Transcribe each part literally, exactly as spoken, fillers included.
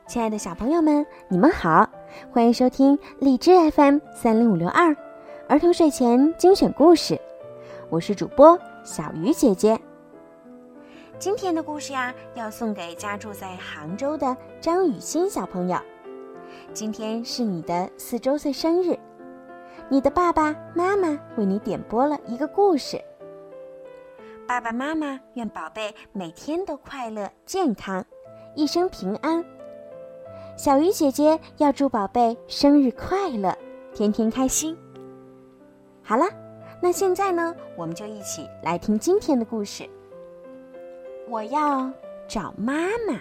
亲爱的小朋友们，你们好，欢迎收听荔枝 F M 三零五六二儿童睡前精选故事，我是主播小鱼姐姐。今天的故事呀，要送给家住在杭州的张雨欣小朋友。今天是你的四周岁生日，你的爸爸妈妈为你点播了一个故事。爸爸妈妈愿宝贝每天都快乐健康，一生平安。小鱼姐姐要祝宝贝生日快乐，天天开心。好了，那现在呢，我们就一起来听今天的故事。我要找妈妈。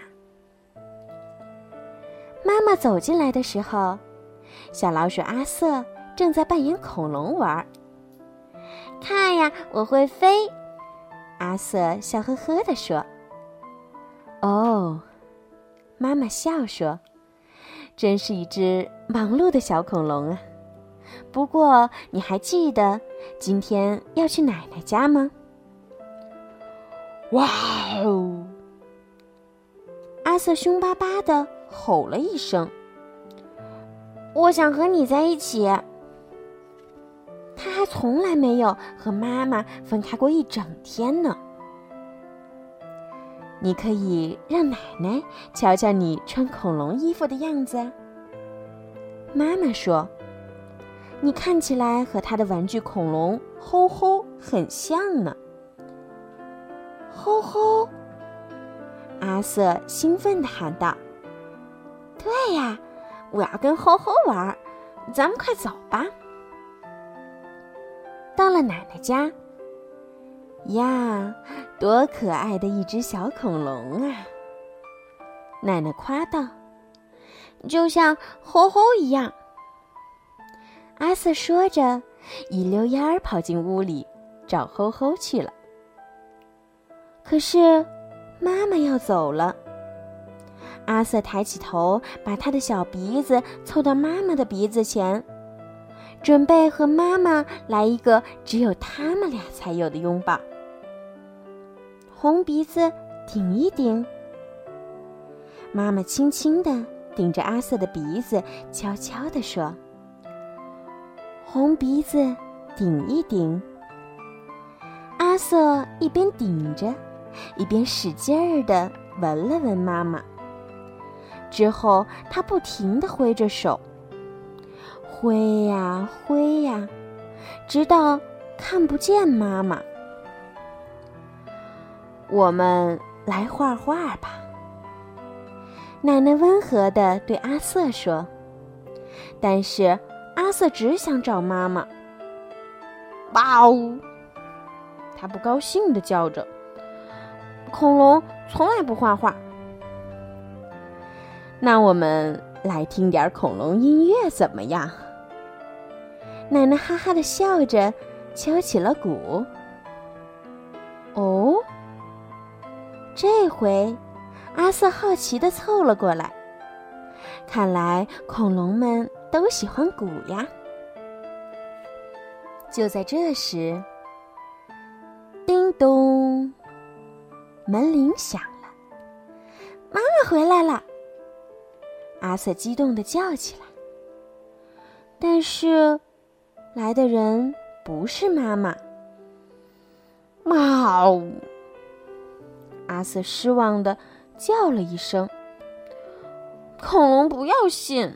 妈妈走进来的时候，小老鼠阿瑟正在扮演恐龙玩。看呀，我会飞！阿瑟笑呵呵地说。哦，妈妈笑说，真是一只忙碌的小恐龙啊。不过你还记得今天要去奶奶家吗？哇哦！阿瑟凶巴巴地吼了一声，我想和你在一起。他还从来没有和妈妈分开过一整天呢。你可以让奶奶瞧瞧你穿恐龙衣服的样子。妈妈说，你看起来和她的玩具恐龙吼吼很像呢。吼吼！阿瑟兴奋地喊道，对呀，我要跟吼吼玩，咱们快走吧。到了奶奶家，呀，多可爱的一只小恐龙啊！奶奶夸道，就像吼吼一样。阿瑟说着，一溜烟儿跑进屋里找吼吼去了。可是妈妈要走了。阿瑟抬起头，把他的小鼻子凑到妈妈的鼻子前，准备和妈妈来一个只有他们俩才有的拥抱。红鼻子顶一顶。妈妈轻轻地顶着阿瑟的鼻子，悄悄地说，红鼻子顶一顶。阿瑟一边顶着，一边使劲儿地闻了闻妈妈。之后他不停地挥着手，挥呀挥呀，直到看不见妈妈。我们来画画吧，奶奶温和地对阿瑟说。但是阿瑟只想找妈妈。哇呜！他不高兴地叫着，恐龙从来不画画。那我们来听点恐龙音乐怎么样？奶奶哈哈地笑着，敲起了鼓。哦，这回阿瑟好奇地凑了过来。看来恐龙们都喜欢鼓呀。就在这时，叮咚，门铃响了。妈妈回来了！阿瑟激动地叫起来。但是来的人不是妈妈。喵！阿瑟失望地叫了一声。恐龙不要信。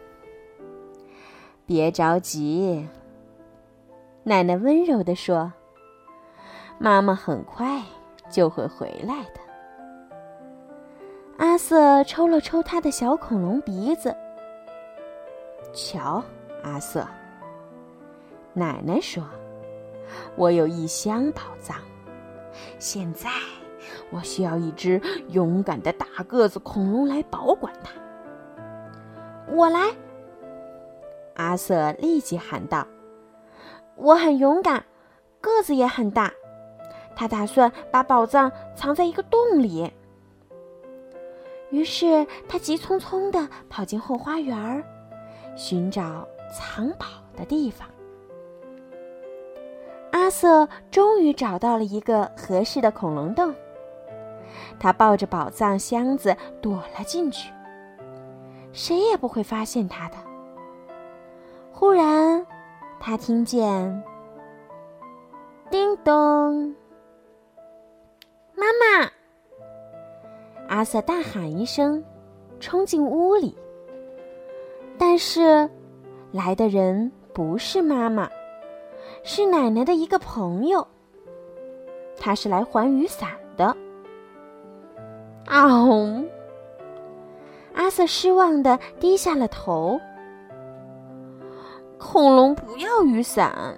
别着急，奶奶温柔地说，妈妈很快就会回来的。阿瑟抽了抽他的小恐龙鼻子。瞧，阿瑟，奶奶说，我有一箱宝藏，现在我需要一只勇敢的大个子恐龙来保管它。我来！阿瑟立即喊道，我很勇敢，个子也很大，他打算把宝藏藏在一个洞里。于是他急匆匆地跑进后花园，寻找藏宝的地方。阿瑟终于找到了一个合适的恐龙洞，他抱着宝藏箱子躲了进去。 谁也不会发现他的。忽然，他听见叮咚，妈妈！阿瑟大喊一声，冲进屋里。但是，来的人不是妈妈，是奶奶的一个朋友。他是来还雨伞的。嗷！阿瑟失望地低下了头。恐龙不要雨伞。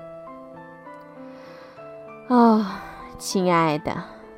哦，亲爱的。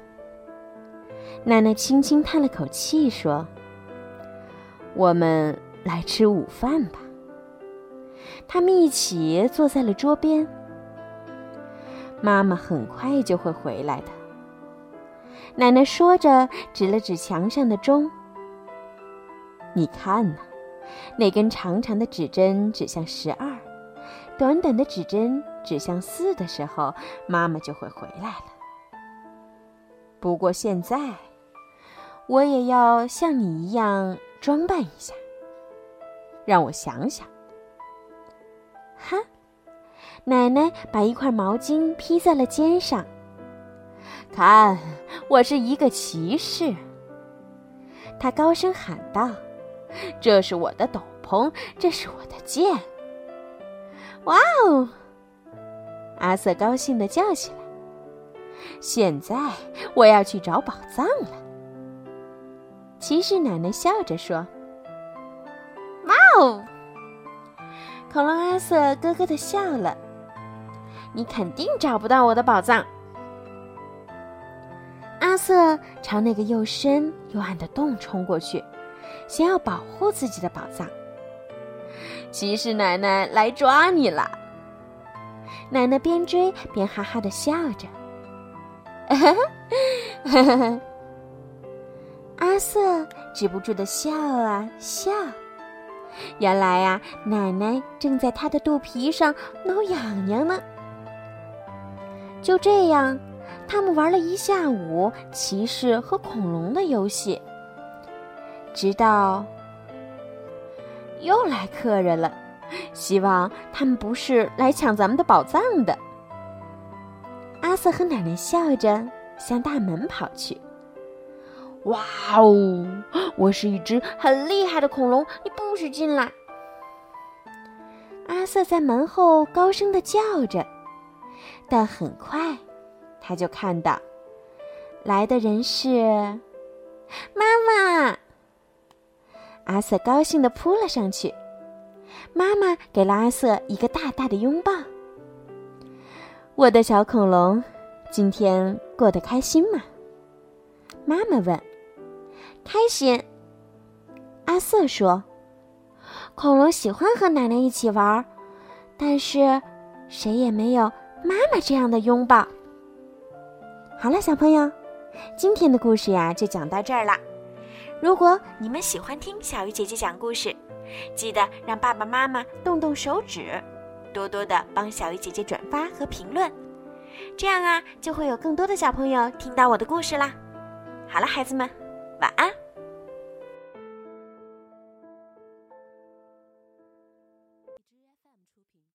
奶奶轻轻叹了口气说：“我们来吃午饭吧。”他们一起坐在了桌边。妈妈很快就会回来的。奶奶说着，指了指墙上的钟。你看呐，那根长长的指针指向十二，短短的指针指向四的时候，妈妈就会回来了。不过现在，我也要像你一样装扮一下。让我想想。哈，奶奶把一块毛巾披在了肩上。看，我是一个骑士。她高声喊道：“这是我的斗篷，这是我的剑。”哇哦！阿瑟高兴地叫起来。现在我要去找宝藏了。骑士奶奶笑着说：“哇哦！”恐龙阿瑟咯咯地笑了。你肯定找不到我的宝藏。阿瑟朝那个又深又暗的洞冲过去，想要保护自己的宝藏。骑士奶奶来抓你了！奶奶边追边哈哈地笑着。阿瑟止不住地笑啊笑。原来啊，奶奶正在他的肚皮上挠痒痒呢。就这样，他们玩了一下午骑士和恐龙的游戏，直到又来客人了，希望他们不是来抢咱们的宝藏的。阿瑟和奶奶笑着向大门跑去。哇哦，我是一只很厉害的恐龙，你不许进来！阿瑟在门后高声地叫着，但很快他就看到来的人是妈妈。阿瑟高兴地扑了上去，妈妈给了阿瑟一个大大的拥抱。我的小恐龙，今天过得开心吗？妈妈问。开心，阿瑟说。恐龙喜欢和奶奶一起玩，但是谁也没有妈妈这样的拥抱。好了，小朋友，今天的故事呀就讲到这儿了。如果你们喜欢听小鱼姐姐讲故事，记得让爸爸妈妈动动手指，多多的帮小鱼姐姐转发和评论，这样啊就会有更多的小朋友听到我的故事啦。好了，孩子们，晚安。